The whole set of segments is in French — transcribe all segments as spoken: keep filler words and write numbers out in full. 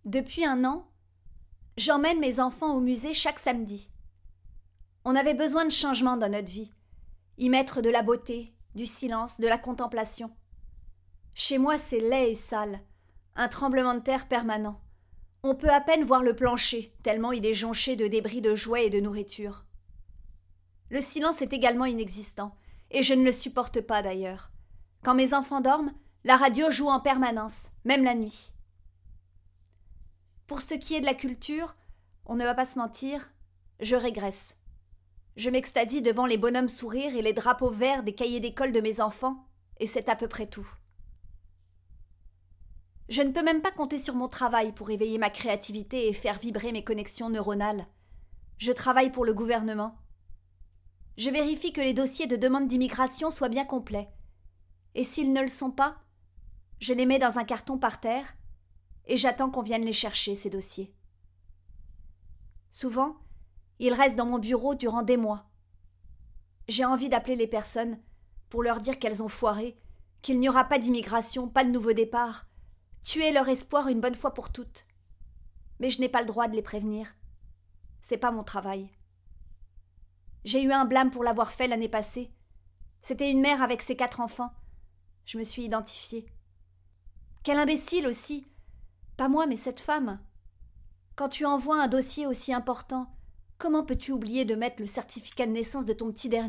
Depuis un an, j'emmène mes enfants au musée chaque samedi. On avait besoin de changement dans notre vie, y mettre de la beauté, du silence, de la contemplation. Chez moi, c'est laid et sale, un tremblement de terre permanent. On peut à peine voir le plancher, tellement il est jonché de débris de jouets et de nourriture. Le silence est également inexistant, et je ne le supporte pas d'ailleurs. Quand mes enfants dorment, la radio joue en permanence, même la nuit. Pour ce qui est de la culture, on ne va pas se mentir, je régresse. Je m'extasie devant les bonhommes sourires et les drapeaux verts des cahiers d'école de mes enfants, et c'est à peu près tout. Je ne peux même pas compter sur mon travail pour éveiller ma créativité et faire vibrer mes connexions neuronales. Je travaille pour le gouvernement. Je vérifie que les dossiers de demande d'immigration soient bien complets. Et s'ils ne le sont pas, je les mets dans un carton par terre et j'attends qu'on vienne les chercher, ces dossiers. Souvent, ils restent dans mon bureau durant des mois. J'ai envie d'appeler les personnes pour leur dire qu'elles ont foiré, qu'il n'y aura pas d'immigration, pas de nouveau départ, tuer leur espoir une bonne fois pour toutes. Mais je n'ai pas le droit de les prévenir. C'est pas mon travail. J'ai eu un blâme pour l'avoir fait l'année passée. C'était une mère avec ses quatre enfants. Je me suis identifiée. Quel imbécile aussi. Pas moi, mais cette femme. Quand tu envoies un dossier aussi important, comment peux-tu oublier de mettre le certificat de naissance de ton petit dernier ?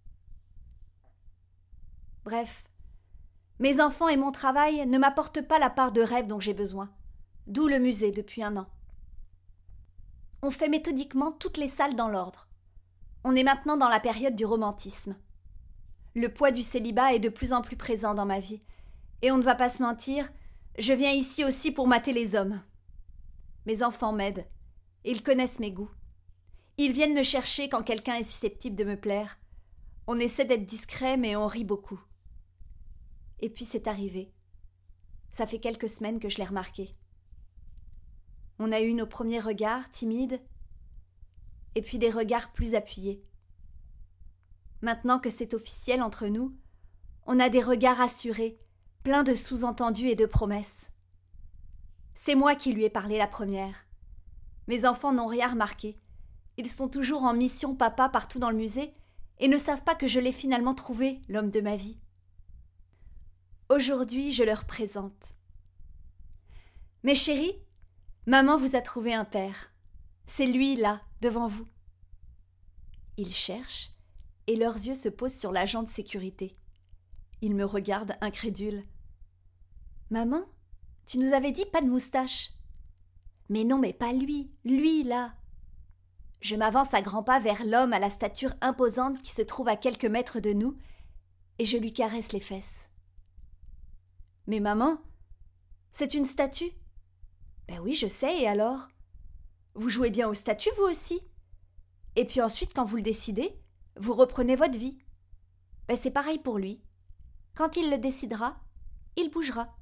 Bref, mes enfants et mon travail ne m'apportent pas la part de rêve dont j'ai besoin. D'où le musée depuis un an. On fait méthodiquement toutes les salles dans l'ordre. On est maintenant dans la période du romantisme. Le poids du célibat est de plus en plus présent dans ma vie. Et on ne va pas se mentir, je viens ici aussi pour mater les hommes. Mes enfants m'aident. Ils connaissent mes goûts. Ils viennent me chercher quand quelqu'un est susceptible de me plaire. On essaie d'être discret, mais on rit beaucoup. Et puis c'est arrivé. Ça fait quelques semaines que je l'ai remarqué. On a eu nos premiers regards timides, et puis des regards plus appuyés. Maintenant que c'est officiel entre nous, on a des regards assurés, pleins de sous-entendus et de promesses. C'est moi qui lui ai parlé la première. Mes enfants n'ont rien remarqué. Ils sont toujours en mission papa partout dans le musée et ne savent pas que je l'ai finalement trouvé, l'homme de ma vie. Aujourd'hui, je leur présente. Mes chéris, maman vous a trouvé un père. C'est lui, là, devant vous. Ils cherchent et leurs yeux se posent sur l'agent de sécurité. Ils me regardent incrédules. Maman, tu nous avais dit pas de moustache. Mais non, mais pas lui, lui, là. Je m'avance à grands pas vers l'homme à la stature imposante qui se trouve à quelques mètres de nous et je lui caresse les fesses. Mais maman, c'est une statue. Ben oui, je sais, et alors ? Vous jouez bien aux statues, vous aussi ? Et puis ensuite, quand vous le décidez, vous reprenez votre vie. Ben c'est pareil pour lui. Quand il le décidera, il bougera.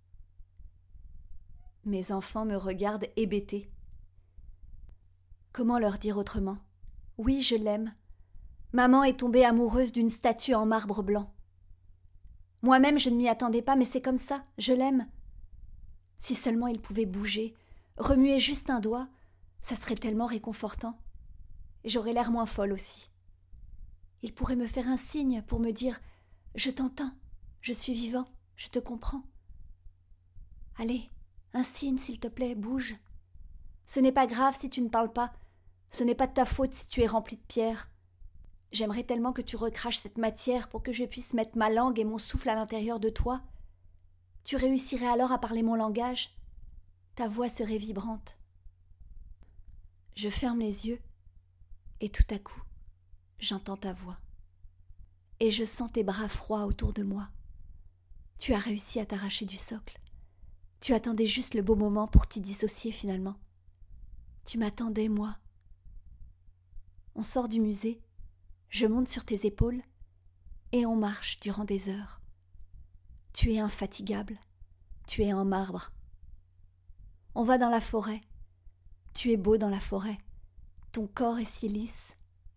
Mes enfants me regardent hébétés. Comment leur dire autrement ? Oui, je l'aime. Maman est tombée amoureuse d'une statue en marbre blanc. Moi-même, je ne m'y attendais pas, mais c'est comme ça, je l'aime. Si seulement il pouvait bouger, remuer juste un doigt, ça serait tellement réconfortant. Et j'aurais l'air moins folle aussi. Il pourrait me faire un signe pour me dire « Je t'entends, je suis vivant, je te comprends. » Allez, un signe, s'il te plaît, bouge. Ce n'est pas grave si tu ne parles pas. Ce n'est pas de ta faute si tu es rempli de pierres. J'aimerais tellement que tu recraches cette matière pour que je puisse mettre ma langue et mon souffle à l'intérieur de toi. Tu réussirais alors à parler mon langage. Ta voix serait vibrante. Je ferme les yeux et tout à coup, j'entends ta voix. Et je sens tes bras froids autour de moi. Tu as réussi à t'arracher du socle. Tu attendais juste le beau moment pour t'y dissocier finalement. Tu m'attendais, moi. On sort du musée, je monte sur tes épaules et on marche durant des heures. Tu es infatigable, tu es en marbre. On va dans la forêt, tu es beau dans la forêt, ton corps est si lisse.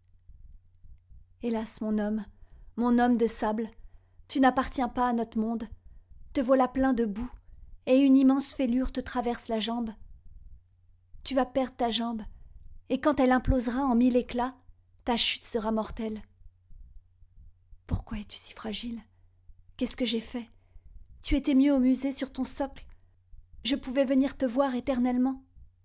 Hélas, mon homme, mon homme de sable, tu n'appartiens pas à notre monde, te voilà plein de boue, et une immense fêlure te traverse la jambe. Tu vas perdre ta jambe, et quand elle implosera en mille éclats, ta chute sera mortelle. Pourquoi es-tu si fragile? Qu'est-ce que j'ai fait? Tu étais mieux au musée sur ton socle. Je pouvais venir te voir éternellement.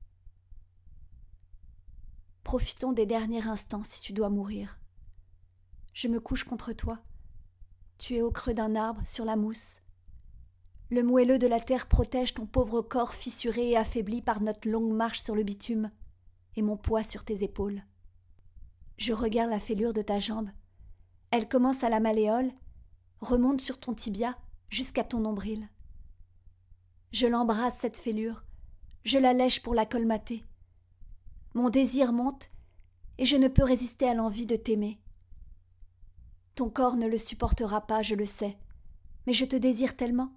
Profitons des derniers instants si tu dois mourir. Je me couche contre toi. Tu es au creux d'un arbre, sur la mousse. Le moelleux de la terre protège ton pauvre corps fissuré et affaibli par notre longue marche sur le bitume, et mon poids sur tes épaules. Je regarde la fêlure de ta jambe. Elle commence à la malléole, remonte sur ton tibia jusqu'à ton nombril. Je l'embrasse, cette fêlure, je la lèche pour la colmater. Mon désir monte, et je ne peux résister à l'envie de t'aimer. Ton corps ne le supportera pas, je le sais, mais je te désire tellement.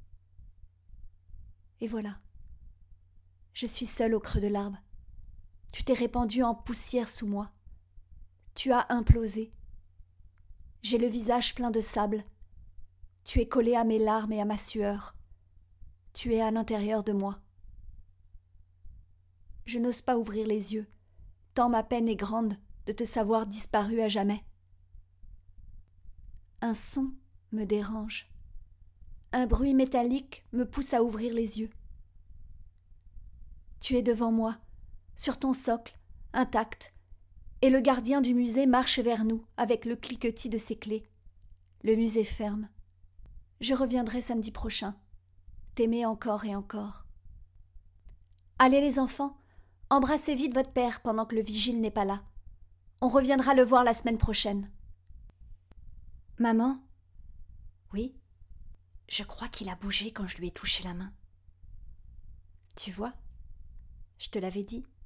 Et voilà, je suis seule au creux de l'arbre. Tu t'es répandue en poussière sous moi. Tu as implosé. J'ai le visage plein de sable. Tu es collé à mes larmes et à ma sueur. Tu es à l'intérieur de moi. Je n'ose pas ouvrir les yeux, tant ma peine est grande de te savoir disparu à jamais. Un son me dérange. Un bruit métallique me pousse à ouvrir les yeux. Tu es devant moi, sur ton socle, intact, et le gardien du musée marche vers nous avec le cliquetis de ses clés. Le musée ferme. Je reviendrai samedi prochain, t'aimer encore et encore. Allez les enfants, embrassez vite votre père pendant que le vigile n'est pas là. On reviendra le voir la semaine prochaine. Maman? Oui? Je crois qu'il a bougé quand je lui ai touché la main. Tu vois? Je te l'avais dit.